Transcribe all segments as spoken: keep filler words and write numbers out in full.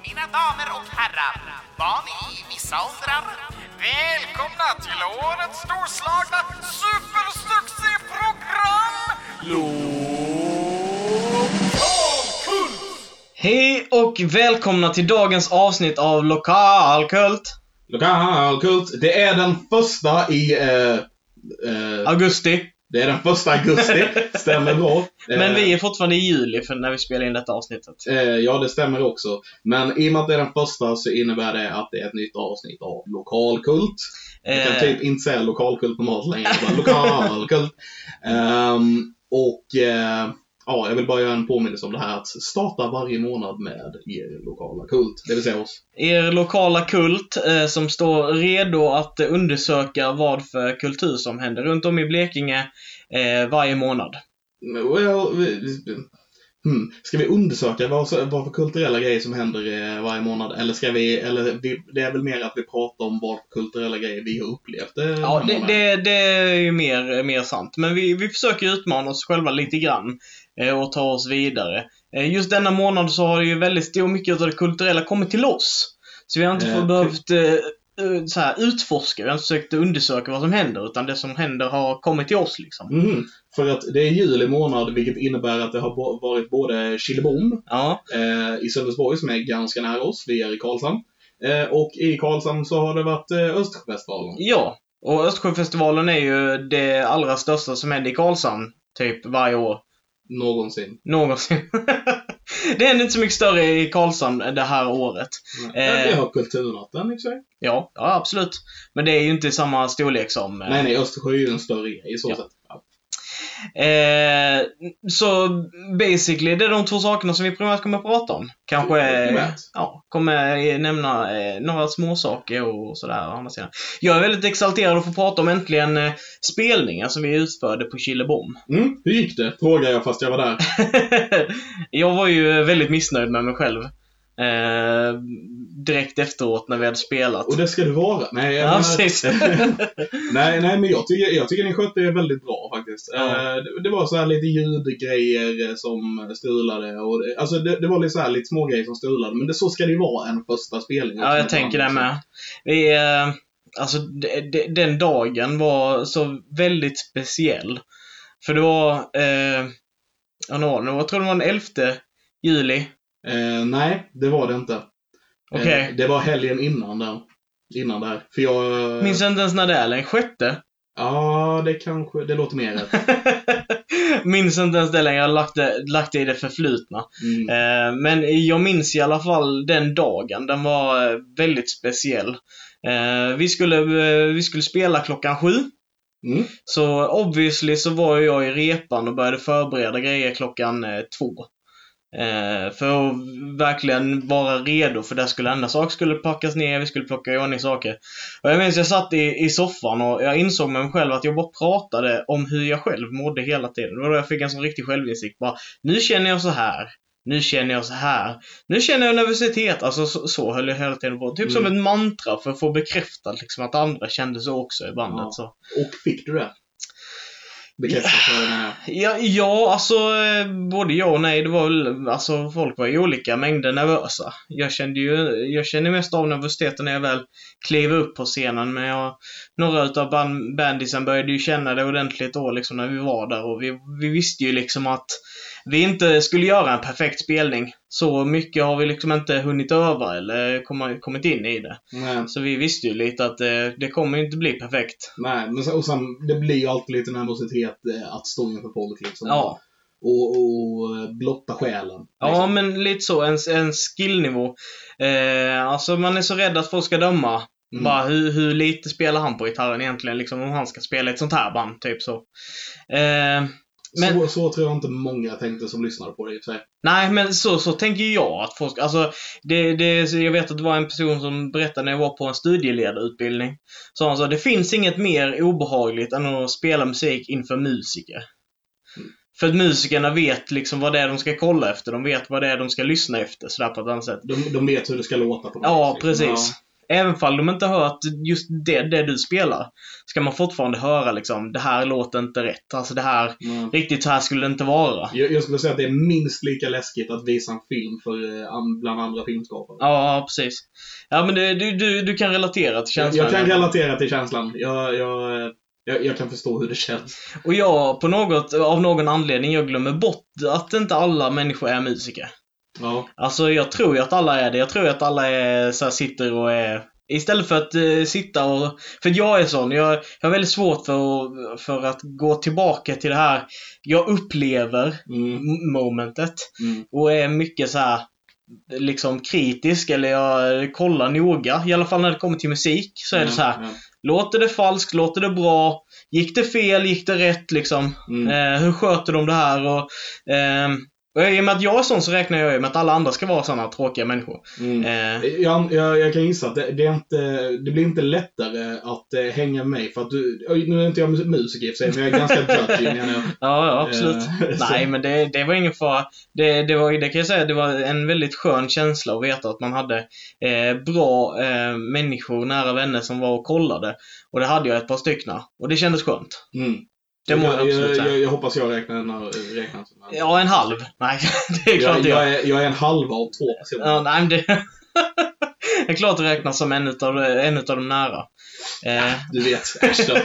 Mina damer och herrar, barn i vissa åldrar, välkomna till årets storslagna supersuccéprogram Lokalkult! Hej och välkomna till dagens avsnitt av Lokalkult. Lokalkult, det är den första i eh, eh, Augusti. Det är den första augusti, stämmer bra. Men vi är fortfarande i juli för när vi spelar in detta avsnittet. Eh, ja, det stämmer också. Men i och med att det är den första så innebär det att det är ett nytt avsnitt av Lokalkult. Jag kan Eh. typ inte säga lokalkult på mat längre, bara lokalkult. um, och eh, ja, jag vill bara göra en påminnelse om det här att starta varje månad med er lokala kult, det vill säga oss. Er lokala kult eh, som står redo att eh, undersöka vad för kultur som händer runt om i Blekinge eh, varje månad. Well, vi, hmm. Ska vi undersöka vad, vad för kulturella grejer som händer eh, varje månad? Eller ska vi, eller vi, det är väl mer att vi pratar om vad kulturella grejer vi har upplevt eh, Ja, det, det, det är ju mer, mer sant. Men vi, vi försöker utmana oss själva lite grann eh, och ta oss vidare. Eh, just denna månad så har det ju väldigt stor mycket av det kulturella kommit till oss. Så vi har inte eh, behövt eh, så här, utforska, vi har inte försökt undersöka vad som händer, utan det som händer har kommit till oss liksom. Mm, för att det är juli månad, vilket innebär att det har varit både Killebom Ja. eh, i Sölvesborg som är ganska nära oss, vi är i Karlshamn. Eh, och i Karlshamn så har det varit eh, Östersjöfestivalen. Ja, och Östersjöfestivalen är ju det allra största som händer i Karlshamn typ varje år. Någonsin. Någonsin. Det är inte så mycket större i Karlshamn det här året. Nej, eh, vi har kulturnatten i sig. Ja, ja, absolut. Men det är ju inte samma storlek som... Nej, nej, Östersjö är ju en större i så ja. sätt. Ja. Eh, så basically det är de två sakerna som vi primärt kommer att prata om. Kanske eh, ja, kommer nämna eh, några små saker och sådär å andra sidan. Jag är väldigt exalterad att få prata om äntligen eh, spelningar som vi utförde på Killebom. Mm, hur gick det? Frågar jag fast jag var där. Jag var ju väldigt missnöjd med mig själv. Eh, direkt efteråt när vi hade spelat. Och det ska du vara. Nej, ja, menar... precis. nej, nej, men jag tycker, jag tycker ni skötte det väldigt bra faktiskt. Ja. Eh, det, det var så här lite ljudgrejer som strulade. Och, alltså det, det var lite så här lite små grejer som strulade. Men det, så ska det ju vara en första spelning. Ja, jag tänker det med. Vi, eh, alltså de, de, den dagen var så väldigt speciell. För det var, eh, ja, no, jag tror det var den elfte juli. Eh, nej, det var det inte. Okay. Eh, det var helgen innan där. Innan där. För jag... Minns inte ens när det är, den sjätte? Ja, det kanske, det låter mer rätt. Minns inte ens det längre, jag har lagt det, lagt det i det förflutna. Mm. Eh, men jag minns i alla fall den dagen, den var väldigt speciell. Eh, vi, skulle, eh, vi skulle spela klockan sju. Mm. Så obviously så var jag i repan och började förbereda grejer klockan eh, två. Eh, för att verkligen vara redo, för där skulle andra saker skulle packas ner, vi skulle plocka i ordning saker. Och jag minns jag satt i, i soffan och jag insåg med mig själv att jag bara pratade om hur jag själv mådde hela tiden. Det var då jag fick en sån riktig självinsikt. Bara, nu känner jag så här, nu känner jag så här, nu känner jag nervositet. Alltså så, så höll jag hela tiden på. Typ mm. som ett mantra för att få bekräftat liksom, att andra kände så också i bandet. Ja. Så. Och fick du det? Ja, ja, alltså både ja och nej. Det var väl, alltså folk var i olika mängder nervösa. Jag kände ju, jag kände mest av nervositeten när jag väl klev upp på scenen. Men jag, några utav band, bandisen började ju känna det ordentligt då liksom när vi var där. Och vi, vi visste ju liksom att vi inte skulle göra en perfekt spelning. Så mycket har vi liksom inte hunnit öva eller kommit in i det. Nej. Så vi visste ju lite att det, det kommer inte bli perfekt. Nej, men och sen, det blir ju alltid lite nervositet att stå inför folk liksom. Ja. Och, och blotta själen. Ja, liksom. men lite så, en, en skillnivå. Eh, alltså man är så rädd att folk ska döma. Mm. Bara hur, hur lite spelar han på gitarren egentligen, liksom, om han ska spela ett sånt här band, typ så. Eh, Men, så, så tror jag inte många tänkte som lyssnade på det i sig. Nej, men så, så tänker jag att folk, alltså det, det, jag vet att det var en person som berättade när jag var på en studieledarutbildning. Så han sa, det finns inget mer obehagligt än att spela musik inför musiker. Mm. För att musikerna vet liksom vad det är de ska kolla efter. De vet vad det är de ska lyssna efter, sådär på ett annat sätt. De, de vet hur det ska låta på något Ja, sätt, liksom. precis. även fall de inte hört just det, det du spelar, ska man fortfarande höra liksom, det här låter inte rätt. Alltså det här, Mm. riktigt så här skulle det inte vara. Jag, jag skulle säga att det är minst lika läskigt att visa en film för eh, bland andra filmskapare. Ja, precis. Ja, men det, du, du, du kan relatera till känslan. Jag, jag kan relatera till känslan. Jag, jag, jag, jag kan förstå hur det känns. Och jag, på något, av någon anledning, jag glömmer bort att inte alla människor är musiker. Ja. Alltså jag tror ju att alla är det. Jag tror ju att alla är, så här, sitter och är... Istället för att uh, sitta och... För jag är sån. Jag, jag har väldigt svårt för, för att gå tillbaka till det här. Jag upplever Mm. m- momentet. Mm. Och är mycket så här liksom kritisk. Eller jag kollar noga. I alla fall när det kommer till musik. Så är det Ja, så här. ja. Låter det falskt? Låter det bra? Gick det fel? Gick det rätt liksom? Mm. Eh, hur sköter de det här? Och... ehm, Och i och med att jag är sån så räknar jag ju med att alla andra ska vara såna tråkiga människor. Mm. Eh, Jag, jag, jag kan gissa att det, det, är inte, det blir inte lättare att eh, hänga med mig. För att du, oj, nu är inte jag musiker i och för sig, men jag är ganska judgy. menar jag. ja, ja, absolut. Eh, Nej, så. men det, det var ingen fara. Det, det, var, det kan jag säga, det var en väldigt skön känsla att veta att man hade eh, bra eh, människor, nära vänner som var och kollade. Och det hade jag ett par stycken. Och det kändes skönt. Mm. Det må jag jag, absolut jag, säga. jag, jag hoppas jag räknar, räknar som en. Ja, en halv. Nej, det är klart jag, jag. jag, är, jag är en halva av två personer. Ja, nej, men det... det är klart att räknas som en utav, en utav de nära. Eh, Du vet, äsch då.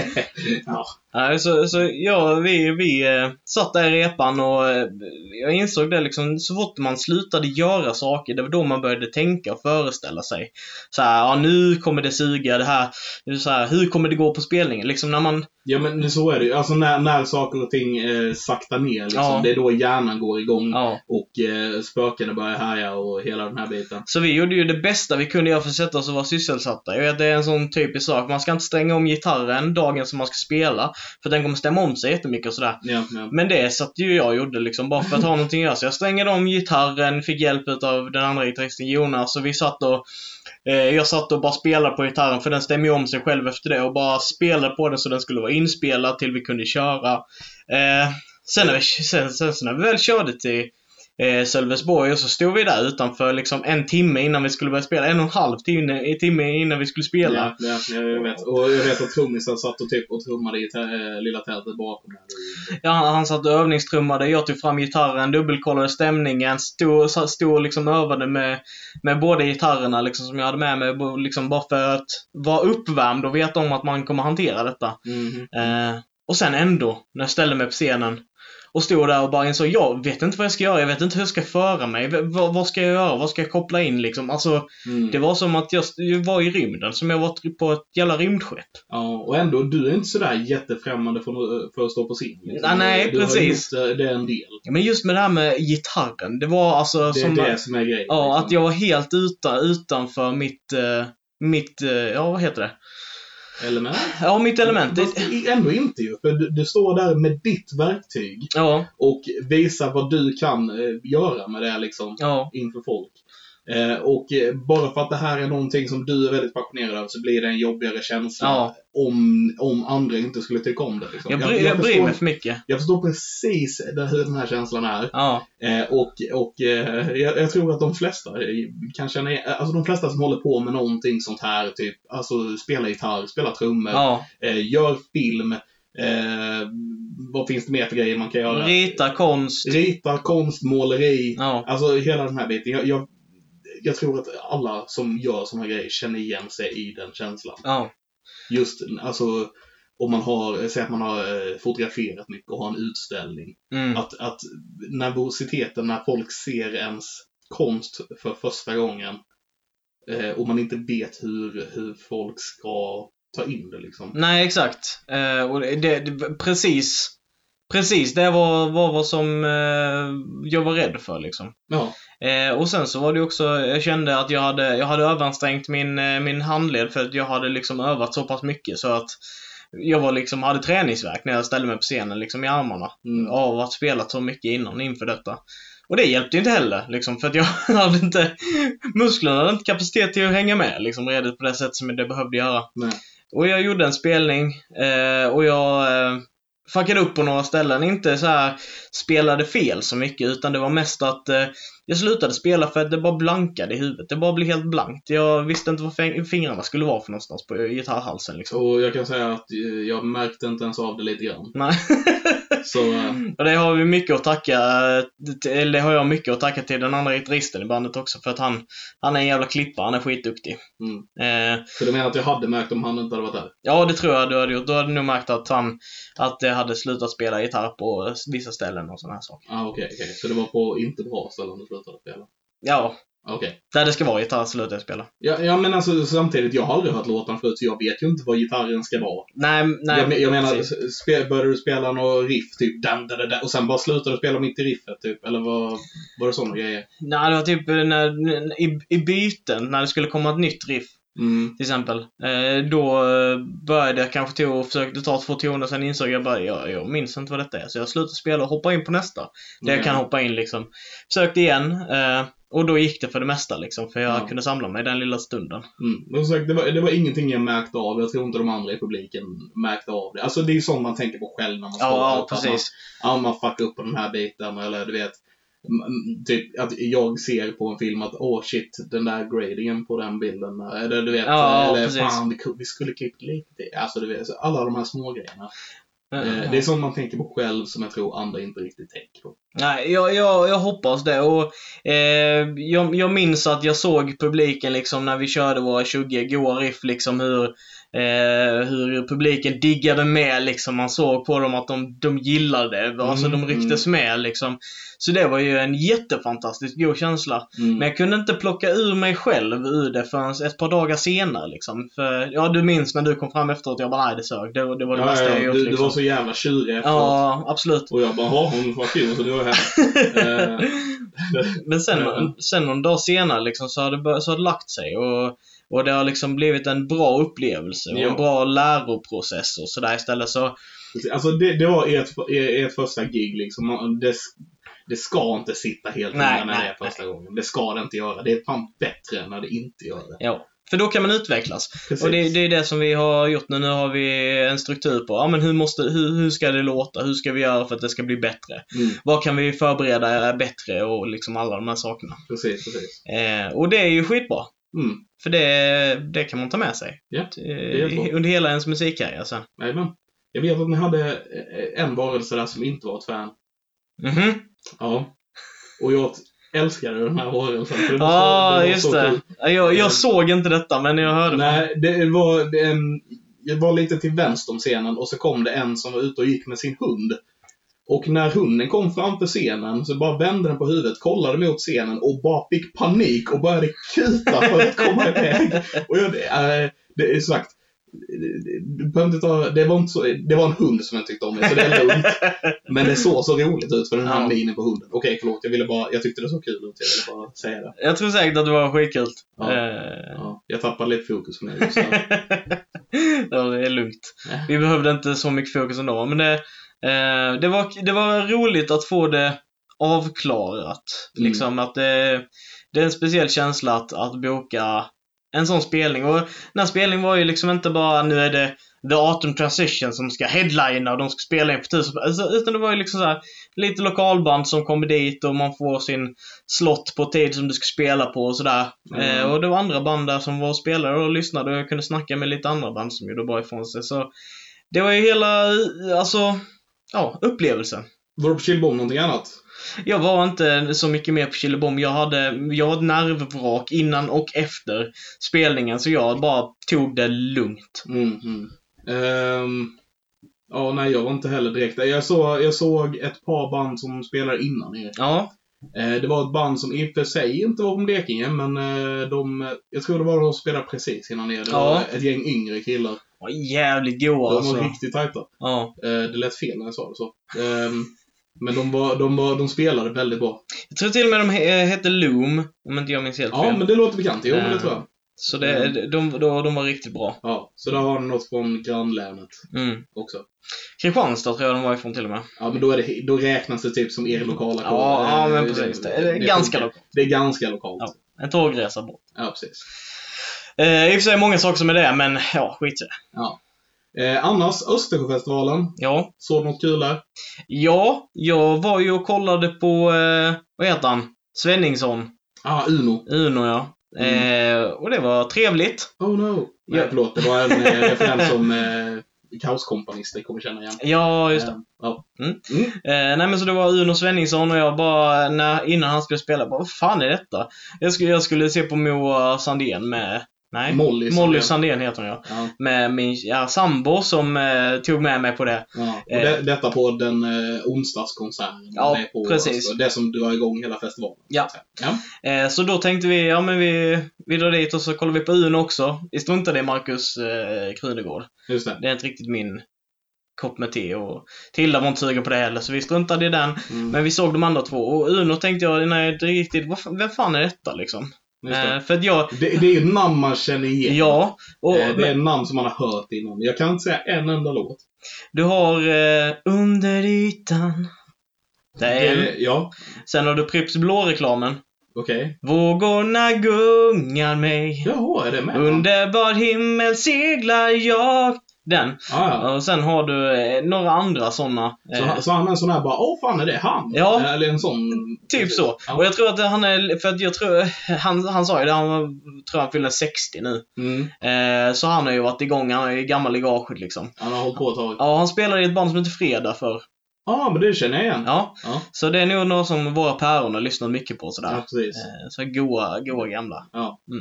Ja. Nej, så, så ja, vi, vi eh, satt där i repan och eh, jag insåg det liksom, så fort man slutade göra saker, det var då man började tänka och föreställa sig. Så här, ja, nu kommer det suga det här, så här, hur kommer det gå på spelningen? Liksom när man... Ja, men så är det ju. Alltså när, när saker och ting eh, saktar ner, liksom, Ja. det är då hjärnan går igång Ja. och eh, spökena börjar härja och hela den här biten. Så vi gjorde ju det bästa vi kunde göra för att sätta oss och vara sysselsatta. Jag vet, det är en sån typisk sak. Man ska inte stränga om gitarren dagen som man ska spela, för den kommer stämma om sig jättemycket och sådär. Ja, ja. Men det satt ju jag gjorde liksom, bara för att ha någonting att göra. Så jag strängade om gitarren, fick hjälp av den andra gitarristen Jonas, och vi satt och eh, jag satt och bara spelade på gitarren, för den stämmer ju om sig själv efter det, och bara spelade på den så den skulle vara inspelad till vi kunde köra. Eh, sen, när vi, sen, sen, sen när vi väl körde till eh, Sölvesborg, och så stod vi där utanför liksom en timme innan vi skulle börja spela, en och en halv timme, timme innan vi skulle spela. Ja, ja, jag vet. Och jag vet att trummisen satt och typ och trummade i tä- lilla tältet bakom där. Ja, han, han satt och övningstrummade, jag tog fram gitarren, dubbelkollade stämningen, stod, stod och liksom övade med, med båda gitarrerna liksom, som jag hade med mig, liksom, bara för att vara uppvärmd och veta om att man kommer hantera detta. Mm. Eh, och sen ändå, när jag ställde mig på scenen och stod där och bara insåg, jag vet inte vad jag ska göra, jag vet inte hur jag ska föra mig, v- vad, vad ska jag göra, vad ska jag koppla in liksom. Alltså, Mm. det var som att jag, jag var i rymden, som jag var på ett jävla rymdskepp. Ja, och ändå, du är inte sådär jättefrämmande för, för att stå på scen. Liksom. Nej, nej, du precis. Har gjort det en del. Men just med det här med gitarren, det var alltså Det är som... det som är grejen. Ja, liksom. att jag var helt utan, utanför mitt, uh, mitt, uh, ja vad heter det? Element? Ja, mitt element. Fast i- ändå inte ju, för du, du står där med ditt verktyg Ja, och visar vad du kan eh, göra med det liksom ja, inför folk. Eh, och eh, bara för att det här är någonting som du är väldigt passionerad över, så blir det en jobbigare känsla Ja. om, om andra inte skulle tycka om det. Liksom. jag, bry, jag, bryr förstår, mig för mycket. jag förstår precis det, hur den här känslan är. Ja, Eh, och och eh, jag, jag tror att de flesta kan känna igen, alltså de flesta som håller på med någonting sånt här, typ, alltså spela gitarr, spela trummor, ja. eh, gör film, eh, vad finns det mer för grejer man kan göra? Rita, konst. Rita, konst, måleri, Ja, alltså hela den här biten. Jag, jag, jag tror att alla som gör såna här grejer känner igen sig i den känslan. ja, Just, alltså, om man har, säg att man har eh, fotograferat mycket och har en utställning. mm. Att, att nervositeten när folk ser ens konst för första gången eh, och man inte vet hur, hur folk ska ta in det liksom. Nej, exakt. Eh, och det, det, precis, precis, det var, var vad som eh, jag var rädd för liksom. Ja, Eh, och sen så var det också, jag kände att jag hade, jag hade överansträngt min, eh, min handled, för att jag hade liksom övat så pass mycket så att jag var liksom, hade träningsvärk när jag ställde mig på scenen liksom i armarna, Mm. av att spelat så mycket innan inför detta. Och det hjälpte inte heller liksom, för att jag hade inte musklerna, hade inte kapacitet till att hänga med liksom, redigt på det sätt som det behövde göra. nej. Och jag gjorde en spelning eh, och jag eh, fuckade upp på några ställen. Inte så här spelade fel så mycket, utan det var mest att eh, jag slutade spela för att det bara blankade i huvudet. Det bara blev helt blankt. Jag visste inte vad fingrarna skulle vara för någonstans på gitarrhalsen liksom. Och jag kan säga att jag märkte inte ens av det lite grann. Nej. Så, och det har vi mycket att tacka, eller det har jag mycket att tacka till den andra gitarristen i bandet också, för att han, han är en jävla klippa, han är skitduktig. Mm. Eh, så du menar att jag hade märkt om han inte hade varit där? Ja, det tror jag du hade gjort. Du hade nog märkt att han, att det hade slutat spela gitarr på vissa ställen och sådana här saker. Ah, okej, okay, okej. Okay. Så det var på inte bra ställen du slutade spela? Ja. Okej. Okay. Där det ska vara gitarr slutade jag spela. Ja, ja, men alltså samtidigt, jag har aldrig hört låten förut, så jag vet ju inte vad gitarren ska vara. Nej, nej. Jag, jag menar, spe, började du spela någon riff, typ, dan, dan, dan, och sen bara slutade du spela mitt i riffet, typ? Eller vad, var det sådana grejer? Nej, det var typ när, i, i byten, när det skulle komma ett nytt riff. Mm. Till exempel. Eh, då började jag kanske till och försökte ta två toner, sen insåg jag bara, jag, jag minns inte vad detta är. Så jag slutade spela och hoppade in på nästa. Mm. Där jag kan hoppa in liksom. Försökte igen. Eh, och då gick det för det mesta liksom. För jag ja. kunde samla mig den lilla stunden. Mm. Men som sagt, det, var, det var ingenting jag märkte av. Jag tror inte de andra i publiken märkte av det. Alltså det är ju sånt man tänker på själv när man står ja, upp. Ja, precis. Man, ja, man fuckar upp på den här biten. Eller du vet, typ att jag ser på en film att åh oh, shit, den där gradingen på den bilden, eller du vet, ja, eller precis. fan, vi, vi skulle klippt lite, alltså du vet, alla de här små grejerna. Mm. Eh, det är sånt man tänker på själv som jag tror andra inte riktigt tänker på. Nej, jag, jag, jag hoppas det. Och eh, jag, jag minns att jag såg publiken liksom när vi körde våra tjugo goa riff liksom, hur eh, hur publiken diggade med liksom. Man såg på dem att de, de gillade det. Alltså mm, de rycktes mm. med liksom. Så det var ju en jättefantastisk god känsla. Mm. Men jag kunde inte plocka ur mig själv ur det förrän ett par dagar senare liksom. För ja, du minns när du kom fram efteråt, jag bara nej, det sög. Det, det var det ja, bästa ja, jag gjort du, liksom. Du var så jävla tjurig efteråt. Ja, absolut. Och jag bara, ha, hon var kul, så du var här. Men sen, sen någon dag senare liksom, så har det, bör, så har det lagt sig. Och, och det har liksom blivit en bra upplevelse. Och ja. en bra läroprocess och sådär istället så. Alltså det, det var ert, ert första gig liksom. Det, det ska inte sitta helt nej, när det är första nej. gången. Det ska det inte göra. Det är fan bättre när det inte gör det. Ja. För då kan man utvecklas. Precis. Och det, det är det som vi har gjort nu. Nu har vi en struktur på ja, men hur, måste, hur, hur ska det låta? Hur ska vi göra för att det ska bli bättre? Mm. Vad kan vi förbereda bättre? Och liksom alla de här sakerna. Precis, precis. Eh, och det är ju skitbra. Mm. För det, det kan man ta med sig. Ja, eh, under hela ens musikkarriär sen. Nej, men jag vet att ni hade en varelse där som inte var ett fan. Mhm. Ja. Och jag älskade den här varelsen. Ja, ah, just det. Jag, jag såg inte detta, men jag hörde. Nej, det var, det, en, det var lite till vänster om scenen. Och så kom det en som var ute och gick med sin hund. Och när hunden kom framför scenen så bara vände den på huvudet, kollade mot scenen och bara fick panik och började kuta för att komma iväg. Och jag, äh, det är sagt, det, det, var inte så, det var en hund som jag tyckte om mig, så det är lugnt. Men det såg så roligt ut för den här ja. minen på hunden. Okej, okay, förlåt, jag ville bara, jag tyckte det så kul ut, jag ville bara säga det. Jag tror säkert att det var skitkul. Ja, uh... ja, jag tappade lite fokus med just det. Ja, det är lugnt. Vi behövde inte så mycket fokus ändå, men det, uh, det, var, det var roligt att få det avklarat. Mm. Liksom att det, det är en speciell känsla att, att boka en sån spelning. Och den här spelningen var ju liksom inte bara nu är det The Autumn Transition som ska headlina och de ska spela in för tusen, alltså, utan det var ju liksom så här lite lokalband som kommer dit och man får sin slott på tid som du ska spela på och sådär. Mm. Eh, och det var andra band där som var och spelade och lyssnade och jag kunde snacka med lite andra band som gjorde bra ifrån sig. Så det var ju hela, alltså, ja, upplevelsen. Var du på Chillbom någonting annat? Jag var inte så mycket mer på Chillbom. Jag hade, jag hade nervvrak innan och efter spelningen, så jag bara tog det lugnt. Mm, mm. Um, ja, nej, jag var inte heller direkt. Jag såg, jag såg ett par band som spelade innan er. Ja. Uh, det var ett band som i och för sig inte var från Blekinge, men uh, de, jag tror det var de som spelade precis innan er. Det ja. var ett gäng yngre killar. Ja, jävligt goa. De alltså. var riktigt tajta. Ja. Uh, det lät fel när jag sa det så. Um, Men de, var, de, var, de spelade väldigt bra. Jag tror till och med de hette Loom, om inte jag minns helt fel. Ja, men det låter bekant. Jo, men det tror jag. Så det, mm. de, de, de var riktigt bra. Ja, så där har de något från grannlänet mm. också. Kristianstad tror jag de var ifrån till och med. Ja, men då, är det, då räknas det typ som er lokala kår. Ja, ja, men precis. Det, det, det är det ganska lokalt. Det är ganska lokalt. Ja, en tågresa bort. Ja, precis. Eh, I och för sig många saker som är det, men ja, skit i det. Ja. Eh, annars, Östersjöfestivalen. Ja. Såg något kul där? Ja, jag var ju och kollade på, eh, vad heter han? Svenningsson. Ah, Uno. Uno, ja. Mm. Eh, och det var trevligt. Oh no. Nej, ja. Förlåt. Det var en eh, referens som eh, kaoskompanister kommer känna igen. Ja, just det. Eh, ja. Mm. Mm. Eh, nej, men så det var Uno Svenningsson och jag bara, när, innan han skulle spela, bara, vad fan är detta? Jag skulle, jag skulle se på Moa Sandén med... Nej, Molly, Molly Sandén heter hon, ja. ja. Med min ja, sambo som eh, tog med mig på det. Ja, och det, detta på den eh, onsdagskonserten. Ja, på, precis. Alltså, det som drar igång hela festivalen. Ja. ja. Eh, så då tänkte vi, ja men vi, vi drar dit och så kollar vi på Uno också. Vi struntade i Marcus eh, Krunegård. Just det. Det är inte riktigt min kopp med te och Tilda var inte sugen på det heller, så vi struntade i den. Mm. Men vi såg de andra två och Uno tänkte jag, nej, inte riktigt, vad, vem fan är detta liksom? Eh, för att jag, det, det är ett namn man känner igen. Ja. Och, eh, det är ett namn som man har hört innan. Jag kan inte säga en enda låt. Du har eh, Under ytan. Det är det, ja. Sen har du Pripps blå-reklamen. Okej. Okay. Vågorna gungar mig. Jaha, är det med? Underbar himmel seglar jag. Den. Ah, ja. Och sen har du eh, några andra sådana. Så, eh, så han är en sån här bara, åh fan är det han? Ja. Eller en sån... Typ så. Ja. Och jag tror att han är, för att jag tror, han, han sa ju det, han tror han fyller sextio nu. Mm. Eh, så han har ju varit igång, han är ju gammal i gaget liksom. Han har hållit på ett tag. Ja, han spelar i ett band som heter Fredag för. Ja, ah, men det känner jag igen. Ja. ja, så det är nog något som våra päron har lyssnat mycket på sådär. Ja, precis. Eh, så goa, goa gamla. Ja. Mm.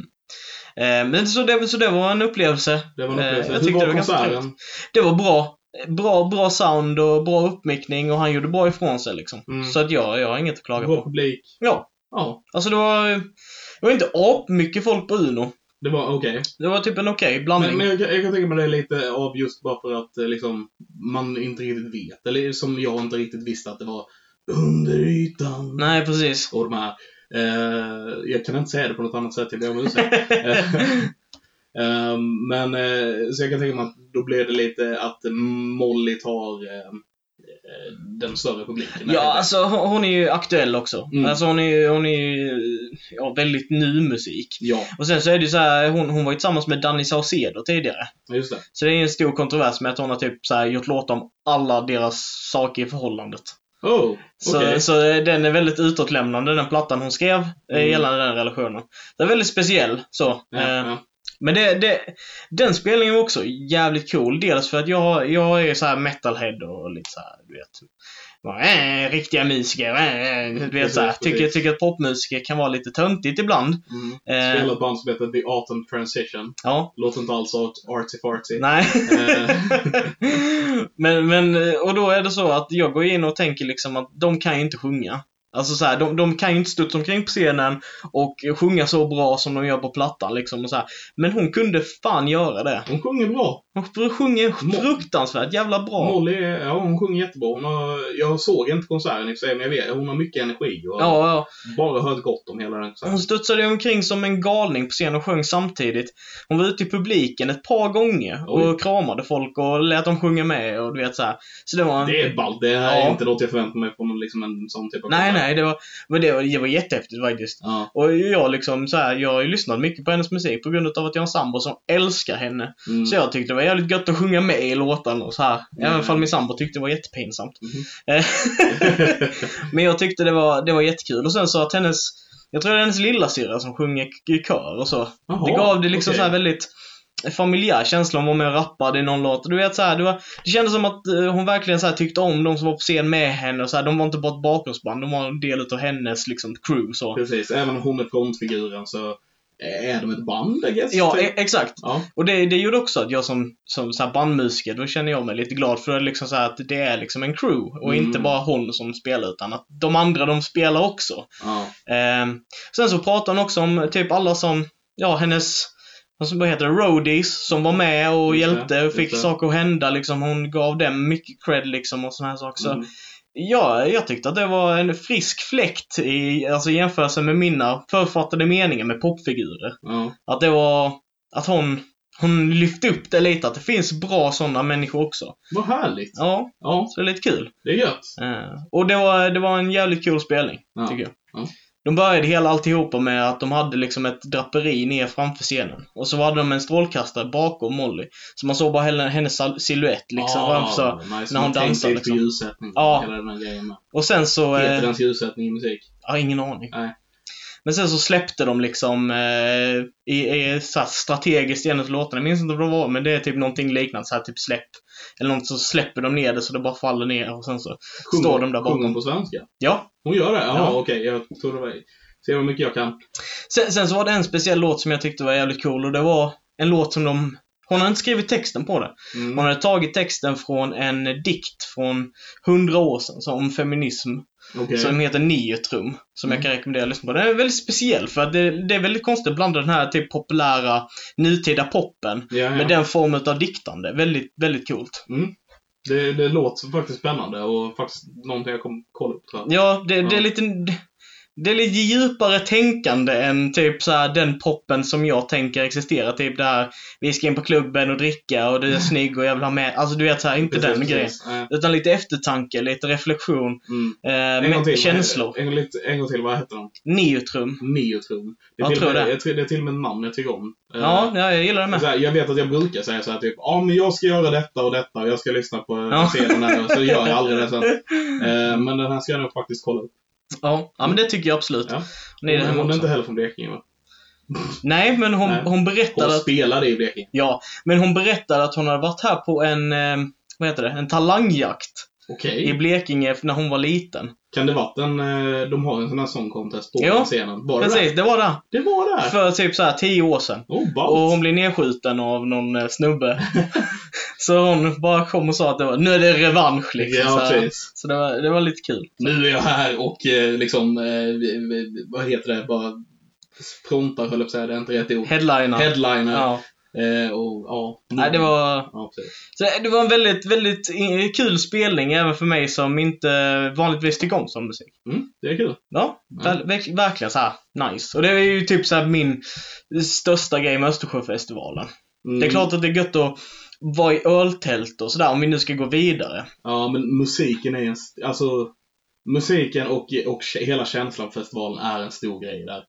Eh, men så det, så det var en upplevelse. Det var en upplevelse. Eh, jag Hur var det var konserten? Det var bra. Bra, bra sound och bra uppmickning och han gjorde bra ifrån sig liksom. Mm. Så att jag, jag har inget att klaga bra på. Publik. Ja. Ja. Alltså det var, det var inte ap mycket folk på Uno. Det var okej. Okay. Det var typ en okej okay blandning. Men, men jag, jag kan tänka mig det lite av just bara för att liksom, man inte riktigt vet. Eller som jag inte riktigt visste att det var under ytan. Nej, precis. Och de här, eh, jag kan inte säga det på något annat sätt. Jag ber om ursäkt. Um, men uh, så jag kan tänka mig att då blir det lite att Molly tar uh, den större publiken. Ja, alltså hon är ju aktuell också. Mm. Alltså hon är hon är ja, väldigt ny musik. Ja. Och sen så är det ju så här, hon hon var ju tillsammans med Danny Saucedo tidigare. Just det. Så det är en stor kontrovers med att hon har typ så här gjort låt om alla deras saker i förhållandet. Oh, okay. så, så den är väldigt utåtlämnande, den plattan hon skrev mm. gällande den relationen. Det är väldigt speciell så. Ja, eh, ja. Men det, det, den spelningen var också jävligt cool. Dels för att jag, jag är så här metalhead och lite så här, du vet, äh, riktiga musiker, äh, du vet precis, så här, tycker, tycker att popmusiker kan vara lite töntigt ibland. Mm. Eh, Spelar ett band som heter The Autumn Transition. Ja. Låter inte alls artsy fartsy. Nej. men, men, och då är det så att jag går in och tänker liksom att de kan ju inte sjunga. Alltså så här, de, de kan ju inte studsa omkring på scenen och sjunga så bra som de gör på plattan liksom och så här. Men hon kunde fan göra det. Hon sjunger bra. Hon sjunger fruktansvärt jävla bra. Molly, ja hon sjunger jättebra. Hon har, jag såg inte konserten i och för sig, men jag vet, hon har mycket energi och ja, ja. bara hört gott om hela den konserten. Hon studsade omkring som en galning på scenen och sjöng samtidigt. Hon var ute i publiken ett par gånger och Oj. kramade folk och lät dem sjunga med och du vet så här. Så det var en... Det är ballt. Det är ja. inte något jag förväntar mig från liksom en sån typ av Nej, konsert. nej, det var men det var, det var jättehäftigt faktiskt. Ja. Och jag liksom så här, jag har ju lyssnat mycket på hennes musik på grund av att jag har en sambo som älskar henne. Mm. Så jag tyckte det var jävligt gött att sjunga med i låten och så här. Mm. Även fall min sambo tyckte det var jättepinsamt. Mm. Men jag tyckte det var det var jättekul och sen så att hennes jag tror det är hennes lilla syra som sjunger i kör och så. Aha, det gav det liksom okay. så här väldigt familjär känsla. Hon var med och rappade i någon låt. Du vet så här, det, var, det kändes som att uh, hon verkligen så här, tyckte om de som var på scen med henne och så här, de var inte bara ett bakgrundsband, de var en del av hennes liksom crew så. Precis, även om hon är frontfiguren så är de ett band, I guess. Ja, e- exakt. Ja. Och det, det gjorde också att jag som, som så här bandmusiker, då känner jag mig lite glad för det är liksom så här att det är liksom en crew och mm. inte bara hon som spelar utan att de andra de spelar också. Ja. Eh, sen så pratar hon också om typ alla som, ja hennes vad heter det, roadies som var med och just hjälpte och fick saker att hända liksom. Hon gav dem mycket cred liksom och såna här saker. Mm. Så ja, jag tyckte att det var en frisk fläkt i alltså jämförelse med mina författade meningar med popfigurer. Mm. Att det var att hon hon lyfte upp det lite, att det finns bra sådana människor också. Vad härligt. Ja, ja. Så det är lite kul. Det är gött. Uh, och det var, det var en jävligt kul spelning, ja. tycker jag. Ja. De började hela alltihopa med att de hade liksom ett draperi ner framför scenen. Och så hade de en strålkastare bakom Molly. Så man såg bara henne, hennes silhuett liksom. Ah, så, nice. när hon dansade liksom. Ljussättning, ja. hela den här grejen med. Och sen så... Heter eh, den ljussättning i musik? Ja, ingen aning. Nej. Men sen så släppte de liksom eh, i, i så här strategiskt genom låtarna. Jag minns inte vad det var, men det är typ någonting liknande, så här typ släpp. Eller något, så släpper de ner det så det bara faller ner och sen så Sjung, står de där bakom. Sjunger på svenska? Ja. Hon gör det? Jaha, Ja. okej. Okay. Jag tror det var... Se hur mycket jag kan. Sen, sen så var det en speciell låt som jag tyckte var jävligt cool, och det var en låt som de... Hon hade inte skrivit texten på det. Mm. Hon hade tagit texten från en dikt från hundra år sedan, så om feminism. Okay. Som heter Neutrum, som Mm. jag kan rekommendera att lyssna på. Den är väldigt speciell för att det, det är väldigt konstigt att blanda den här typ populära nutida poppen Ja, ja. med den formen av diktande. Väldigt, väldigt coolt. Mm. Det, det låter faktiskt spännande och faktiskt någonting jag kommer kolla upp, tror jag. Ja, det, Ja. det är lite... Det är lite djupare tänkande än typ så här den poppen som jag tänker existera. Typ där vi ska in på klubben och dricka och du är snygg och jag vill ha med. Alltså du vet så här, inte Precis, den precis. grejen. Nej. Utan lite eftertanke, lite reflektion, Mm. eh, En gång med till, känslor. En, gång lite- en gång till, vad heter de? Neutrum. Neutrum. Det är Jag till tror och med- det. Jag tror det är till och med en namn jag tycker om. Eh, Ja, ja, jag gillar det med. så här, jag vet att jag brukar säga så här typ, ja men jag ska göra detta och detta och jag ska lyssna på Ja. scenen här, och så gör jag aldrig det sen. Eh, men den här ska jag nog faktiskt kolla upp. Ja, ja men det tycker jag absolut. Ja. Nej, det hon här hon är också. inte heller från Blekinge, va? Nej, men hon, Nej. hon Hon berättade att, spelade i Blekinge. ja, men hon berättade att hon hade varit här på en, eh, vad heter det, en talangjakt Okej. i Blekinge när hon var liten. Kan det varit en, eh, de har en sån här sång contest på Ja, scenen? Var det Precis, där? det var det. Det var där! För typ så här tio år sedan. Oh, ballt. Och hon blev nedskjuten av någon eh, snubbe. Så hon bara kom och sa att det var, nu är det revansch liksom. Ja, så här. precis. Så det var, det var lite kul. Nu är jag här och eh, liksom, eh, vi- vi- vad heter det, bara frontar, höll jag på att säga, det är inte rätt ord. Headliner. Headliner. Ja. Eh, och ja. Nej, det var... Ja, precis. Så det var en väldigt, väldigt eh, kul spelning även för mig som inte vanligtvis tycker om sån musik. Mm, det är kul. Ja, väl, verk- verkligen så här nice. Och det är ju typ så här min största grej med Östersjöfestivalen. Mm. Det är klart att det är gött att vara i öltält och sådär om vi nu ska gå vidare. Ja, men musiken är en, st- alltså musiken och, och hela känslan på festivalen är en stor grej där.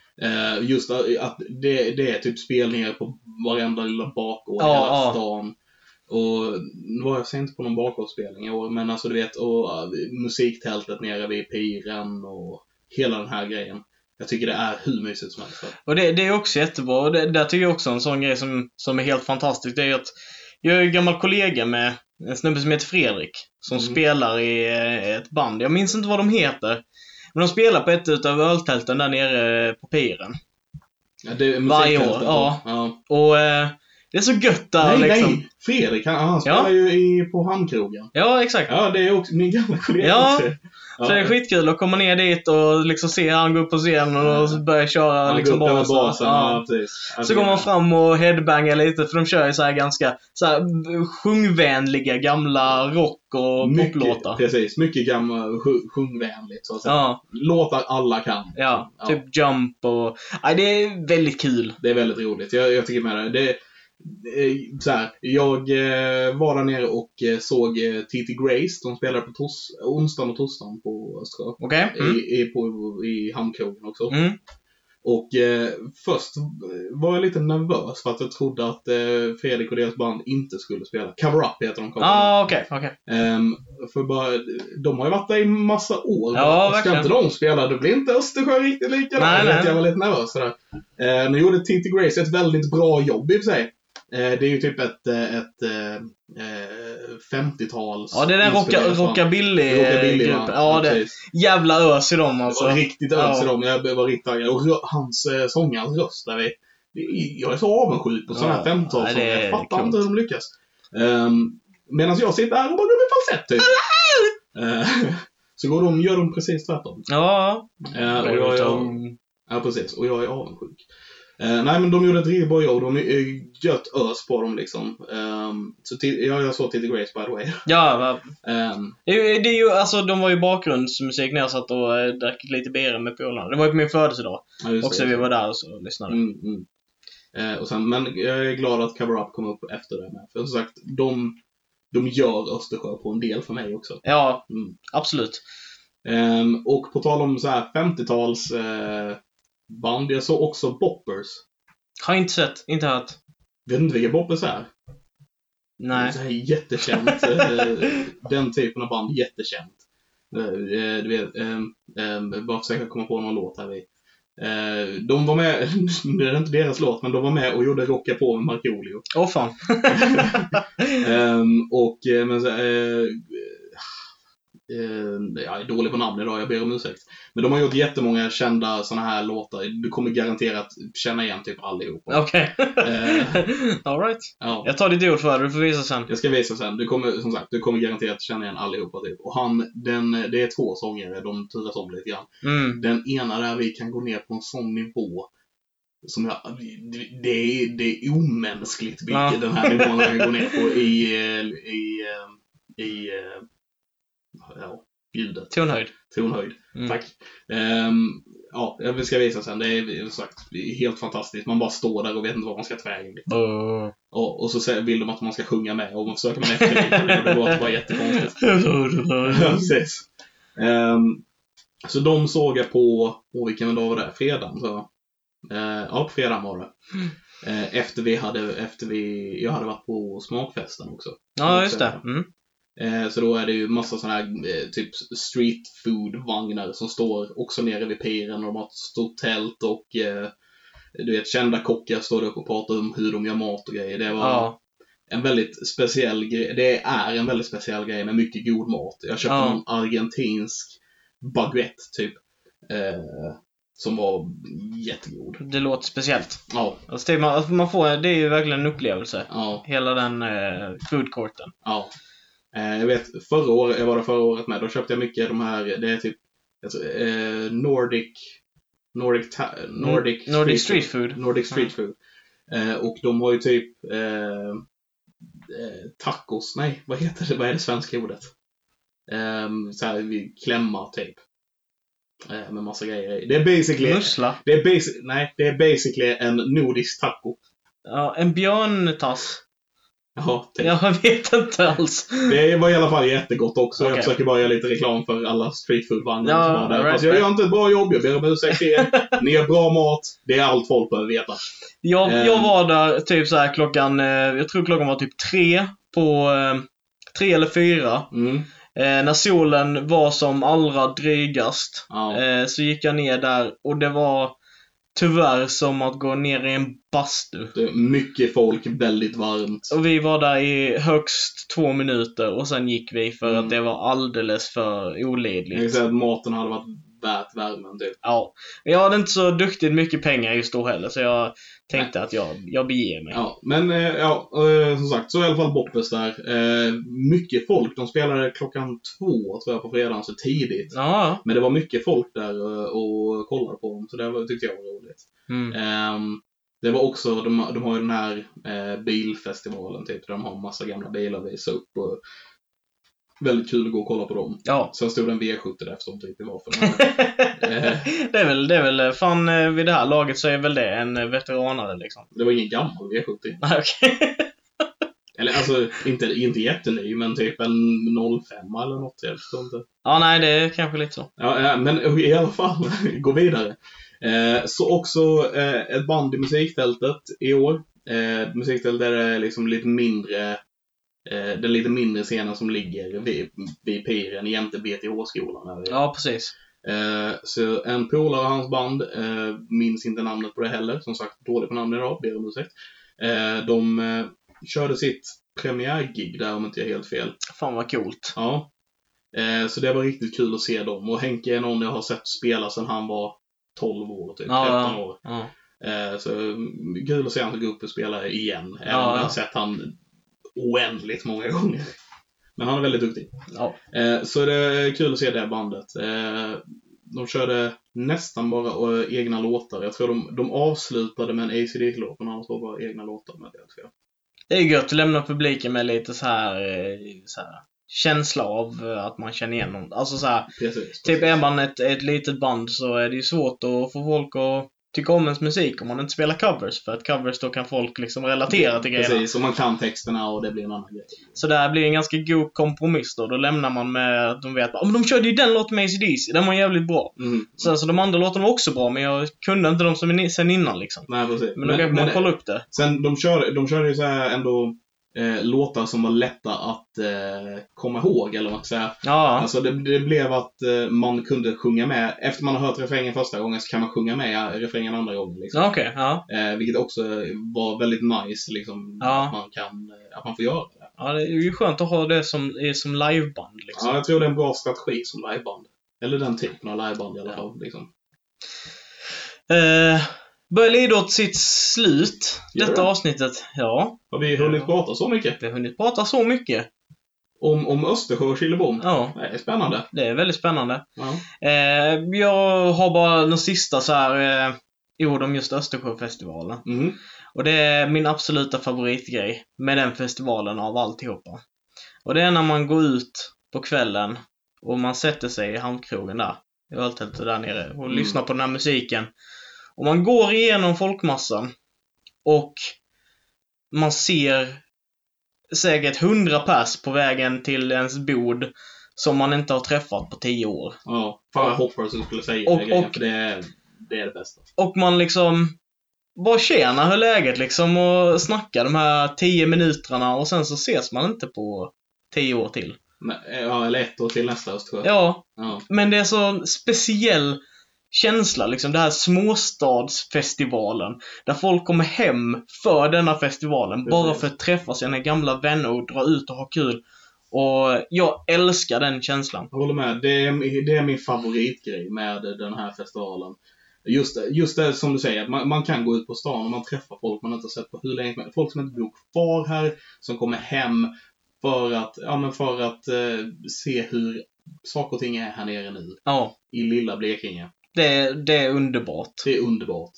Eh, just att, att det, det är typ spelningar på varenda lilla bakgård i Ja, hela ja. stan. Och nu var jag ser inte på någon bakgårdsspelning i år, men alltså du vet, och uh, musiktältet nere vid piren och hela den här grejen. Jag tycker det är hur mysigt som helst. Och det, det är också jättebra. Och det, där tycker jag också en sån grej som, som är helt fantastisk. Det är att jag är en gammal kollega med en snubbe som heter Fredrik. Som Mm. spelar i eh, ett band. Jag minns inte vad de heter. Men de spelar på ett utav öltälten där nere på piren. Ja, det är Varje år, musiktältet, ja. ja. Och eh, det är så gött där Nej, liksom. nej! Fredrik, han, han spelar Ja. ju i, på Hamnkrogen. Ja, exakt. Ja, det är också min gamla kollega Ja. också. Ja. Så det är skitkul att komma ner dit och liksom se han gå upp på scenen och så börja köra Han liksom går upp över så. basen, Ja. ja, precis. Så går man fram och headbangar lite, för de kör ju så här ganska så här sjungvänliga gamla rock och mycket, poplåtar. Precis, mycket gamla sj- sjungvänligt så att säga. Ja, Låtar alla kan. ja, typ Jump och... Nej, det är väldigt kul. Det är väldigt roligt. Jag, jag tycker med det. det eh, så här, jag eh, var där nere och eh, såg eh, T T Grace. De spelade på tos- onsdagen och torsdagen på Östra. Okej? Mm. I, i, på, i Hamnkrogen också. Mm. Och eh, först var jag lite nervös för att jag trodde att eh, Fredrik och deras band inte skulle spela. Cover Up heter de. Ah, okej, okej. Um, för bara, de har ju varit där i massa år. Ja, Ska verkligen. inte de spela, då blir inte Östersjö riktigt lika. Nej, Nej, nej. Jag var lite nervös sådär. Uh, nu gjorde T T Grace ett väldigt bra jobb i och för sig. Uh, det är ju typ ett, uh, ett uh, femtio-tals... Ja, det är den rocka, inspirerat från- rockabilly-gruppen. va? Ja, det precis. jävla ös i dem Det alltså. var riktigt ös Ja. i dem. Jag var riktigt taggad. Och rö- hans uh, sångars röst där vi... Jag är så avundsjuk på sådana här Ja, femtio-talssånger. nej, det är Jag fattar coolt. inte hur de lyckas. Um, Medan jag sitter här och bara går med falsett typ. Uh, så går de, gör de precis tvärtom. Ja. Uh, och jag är, ja, precis. Och jag är avundsjuk. Uh, nej, men de gjorde ett riktigt bra jobb. De är gött ös på dem liksom. Um, så till, ja, jag såg T T Grace by the way. Ja, va. Um, Det är, ju- det är ju, alltså de var ju bakgrundsmusik när jag satt och äh, drack lite beer med polarna. Det var ju på min födelsedag. ja, just Också det. vi var där och så lyssnade. Mm, mm. Uh, och sen, men jag är glad att Cover Up kom upp efter det med. För som sagt, de, de gör Östersjö på en del för mig också. Ja, Mm. absolut. Um, och på tal om så här femtio-tals uh, band, jag såg också Boppers. Har inte sett, inte hört. Vet inte vilka Boppers är? Nej. Så här jättekänt. eh, den typen av band, jättekänt. Eh, Du vet, um, um, bara försöka komma på någon låt här vid. Eh, de var med, det är inte deras låt, men de var med och gjorde Rocka på med Markoolio. Åh oh, fan. um, och men, eh, eh, jag är dålig på namn idag, jag ber om ursäkt. Men de har gjort jättemånga kända såna här låtar. Du kommer garanterat känna igen typ allihopa. Okej. Okay. uh, All right. Ja. Jag tar ditt ord för det, du får visa sen. Jag ska visa sen. Du kommer, som sagt, du kommer garanterat känna igen allihopa typ. Och han, den, det är två sångare, de turas om lite grann. Mm. Den ena där vi kan gå ner på en sån nivå som jag, det, det, är, det är omänskligt vilket ja. Den här nivån jag går ner på i, i, i, i ja, ljudet. Tonhöjd. Tonhöjd, mm. Tack. Um, ja, jag ska visa sen. Det är sagt helt fantastiskt. Man bara står där och vet inte vad man ska ta vägen. Uh. Och, och så vill de att man ska sjunga med. Och man försöker med efter och det låter bara jättekonstigt. Precis. Um, så de såg jag på, och vilken dag var det? Fredagen, så. Uh, ja, på fredagen var det. Uh, efter vi hade, efter vi, jag hade varit på smakfesten också. Ja, just det. Mm. Så då är det ju massa sådana här typ street food vagnar som står också nere vid piren, och de har ett stort tält och eh, du vet, kända kockar står upp och pratar om hur de gör mat och grejer. Det var ja. en väldigt speciell grej. Det är en väldigt speciell grej med mycket god mat. Jag köpte ja. en argentinsk baguette typ eh, som var jättegod. Det låter speciellt. Ja. Alltså, det, man, man får, det är ju verkligen en upplevelse. Ja. Hela den eh, foodcourten. Ja. Jag vet, förra året, jag var där förra året med, då köpte jag mycket de här, det är typ alltså, eh, Nordic Nordic, ta, Nordic, mm, Nordic street, street food, Nordic street food. Mm. Eh, och de har ju typ eh, eh, tacos, nej, vad heter det, vad är det svenska ordet? Eh, så här, klämma typ. Eh, med massa grejer. Det är basically Mussla. Det är basic, nej, det är basically en nordisk taco. Ja, en björntass. Jaha, typ. Jag vet inte alls. Det var i alla fall jättegott också. Okay. Jag försöker bara göra lite reklam för alla streetfood-vagnar ja, som var där. Right, Fast jag gör inte ett bra jobb, jag ber om ursäkt till er. Ni gör bra mat, det är allt folk behöver veta. Jag, um, jag var där typ så här klockan, jag tror klockan var typ tre på, tre eller fyra. Mm. Eh, när solen var som allra drygast ja. eh, så gick jag ner där och det var tyvärr som att gå ner i en bastu. Det är mycket folk, väldigt varmt. Och vi var där i högst två minuter och sen gick vi för mm. att det var alldeles för olidligt. Jag säga att maten hade varit värt värmen typ. Ja, jag hade inte så duktigt mycket pengar just då heller, så jag tänkte Nej. att jag, jag beger mig. Ja, men eh, ja, eh, som sagt, så i alla fall Boppes där. Eh, mycket folk, de spelade klockan två tror jag på fredagen, så tidigt. Ja. Men det var mycket folk där och, och kollade på dem, så det var, tyckte jag var roligt. Mm. Eh, det var också, de, de har ju den här eh, bilfestivalen typ, där de har massa gamla bilar att visa upp och väldigt kul att gå och kolla på dem. Ja. Sen stod det en V sjuttio där efter typ varför. det är väl det är väl fan vid det här laget så är väl det en veteranare liksom. Det var ingen gammal V sjuttio. Nej, okej. Eller alltså inte inte jätteny, men typ en noll fem eller något, jag förstår inte. Ja, nej, det är kanske lite så. Ja, ja men i alla fall gå vidare. Eh, så också eh, ett band i musikfältet i år. Eh, musikfältet är liksom lite mindre Eh, den lite mindre scenen som ligger vid, vid piren jämte B T H-skolan. Ja, precis. Eh, så en polare av hans band, eh, minns inte namnet på det heller, som sagt dålig på namnet idag, ber om ursäkt. Eh, de eh, körde sitt premiärgig där om inte jag är helt fel. Fan vad coolt. Ja. Eh, så det var riktigt kul att se dem. Och Henke är någon jag har sett spela sedan han var tolv år, typ ja, tretton år. Ja. Eh, så kul att se han gå upp och spela igen. Även ja, om jag ja. har sett han oändligt många gånger. Men han är väldigt duktig. Ja. Eh, så det är kul att se det bandet. Eh, de körde nästan bara uh, egna låtar. Jag tror de, de avslutade med en A C D-låt, men annars var bara egna låtar med det, tror jag. Det är gött att lämna publiken med lite så här, så här känsla av att man känner igen någon. Alltså så här, precis, typ är man ett, ett litet band så är det ju svårt att få folk att tycka om ens musik om man inte spelar covers, för att covers då kan folk liksom relatera till grejerna. Precis, och man kan texterna och det blir en annan grej. Så det här blir en ganska god kompromiss då. Då lämnar man med att de vet att oh, de körde ju den låten med A C D C, den var jävligt bra. Mm. Sen så de andra låtarna var också bra, men jag kunde inte dem som sen innan liksom. Nej, precis. Men då kan man kolla upp det. Sen de körde, de körde ju så här ändå eh, låtar som var lätta att eh, komma ihåg, eller vad man ska säga. Ja. Alltså det, det blev att eh, man kunde sjunga med. Efter man har hört refrängen första gången så kan man sjunga med refrängen andra gången. Liksom. Okej, okay, ja. Eh, vilket också var väldigt nice, liksom, ja. att, man kan, att man får göra det. Ja, det är ju skönt att ha det som, som liveband. Liksom. Ja, jag tror det är en bra strategi som liveband. Eller den typen av liveband i alla fall. Liksom. Eh, börjar lida åt sitt slut, Gör detta det? avsnittet. Ja. Har vi hunnit ja. prata så mycket? Vi har hunnit prata så mycket. Om, om Östersjö och Killebom? Ja. Det är spännande. Det är väldigt spännande. Ja. Eh, jag har bara de sista så här eh, ord om just Östersjöfestivalen. Mm. Och det är min absoluta favoritgrej med den festivalen av alltihopa. Och det är när man går ut på kvällen och man sätter sig i hamnkrogen där. I öltältet där nere och Mm. lyssnar på den här musiken. Och man går igenom folkmassan och man ser säkert hundra pers på vägen till ens bord som man inte har träffat på tio år. Ja, fan jag hoppas att du skulle säga Och- det grejen, och- för det är, det är det bästa. Och man liksom bara tjänar hur läget liksom och snackar de här tio minuterna och sen så ses man inte på tio år till. Men, ja, eller ett år till nästa Östersjö. Ja, Ja. men det är så speciell känsla liksom, det här småstadsfestivalen där folk kommer hem för denna festivalen Precis. bara för att träffa sina gamla vänner och dra ut och ha kul. Och jag älskar den känslan. Jag håller med. Det är, det är min favoritgrej med den här festivalen. Just det, just det som du säger, att man, man kan gå ut på stan och man träffar folk man inte har sett på hur länge. Folk som inte bor kvar här, som kommer hem för att, ja, men för att eh, se hur saker och ting är här nere nu. Ja, I lilla Blekinge. det, det är underbart. Det är underbart.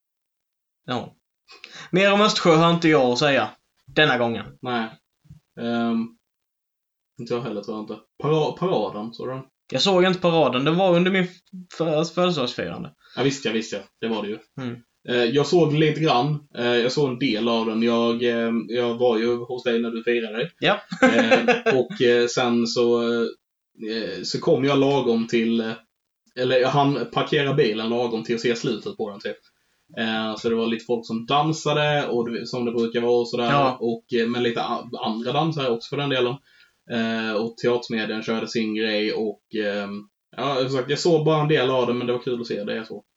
Ja. Mer om Östersjö har inte jag att säga denna gången. Nej. Um, inte jag heller, tror jag inte. Para, paraden, såg du den? Jag såg inte paraden, det var under min för- födelsedagsfirande. Ja, visst ja, visst ja. Det var det ju. Mm. Eh, jag såg lite grann. Eh, jag såg en del av den. Jag, eh, jag var ju hos dig när du firade dig. Ja. eh, och eh, sen så, eh, så kom jag lagom till... Eh, eller jag hann parkera bilen lagom till att se slutet på den typ. Eh, så det var lite folk som dansade, och det, som det brukar vara och sådär. Ja. Och, eh, men lite a- andra dansare också för den delen. Eh, och Teatersmedien körde sin grej. Och eh, ja, som sagt, jag såg bara en del av det, men det var kul att se det. Jag så.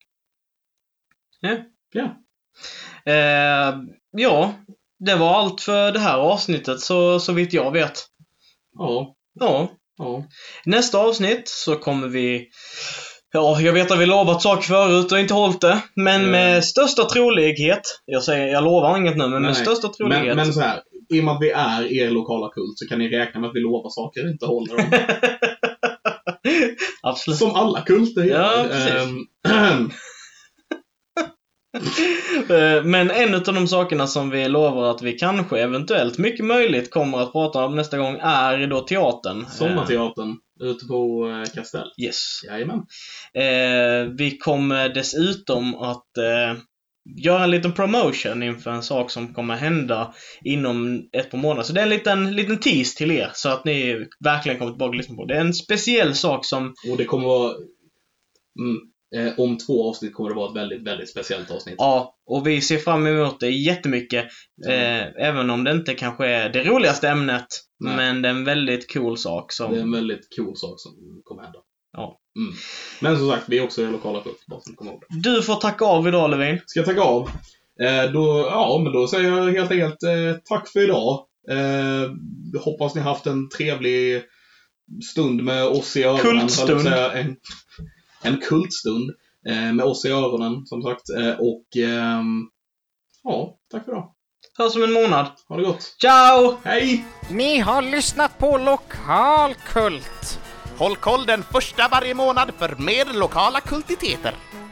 Ja. Ja. Eh, ja, det var allt för det här avsnittet så, så vitt jag vet. Ja. Ja. Ja. Nästa avsnitt så kommer vi... Ja, jag vet att vi lovat saker förut och inte hållit det. Men Mm. med största trolighet... Jag säger, jag lovar inget nu, men Nej, med nej. största trolighet... Men, men så här, i och med att vi är er lokala kult så kan ni räkna med att vi lovar saker och inte håller dem. Absolut. Som alla kulter gör. Ja, precis. Ehm, Eh, Men en av de sakerna som vi lovar att vi kanske eventuellt, mycket möjligt, kommer att prata om nästa gång är då teatern. Sommarteatern ute på eh, Kastell. Eh, yes. Jajamän. Eh, vi kommer dessutom att eh, göra en liten promotion inför en sak som kommer hända inom ett par månader. Så det är en liten, liten tease till er så att ni verkligen kommer tillbaka och lyssna på. Det är en speciell sak som... Och det kommer vara... Mm, eh, om två avsnitt kommer det vara ett väldigt, väldigt speciellt avsnitt. Ja, och vi ser fram emot det jättemycket. Eh, även om det inte kanske är det roligaste ämnet. Nej. Men det är en väldigt cool sak som... Det är en väldigt cool sak som kommer hända. Ja. Mm. Men som sagt, vi är också er lokala kult. Bara så ni kommer ihåg det. Du får tacka av idag, Levin. Ska jag tacka av? Eh, då, ja, men då säger jag helt enkelt eh, tack för idag. Eh, hoppas ni haft en trevlig stund med oss i öronen. Kultstund. höll jag på att säga. En, en kultstund eh, med oss i öronen, som sagt. Eh, och ehm, ja, tack för idag. Hörs om en månad. Ha det gott. Ciao! Hej! Ni har lyssnat på Lokalkult. Håll koll den första varje månad för mer lokala kultiteter.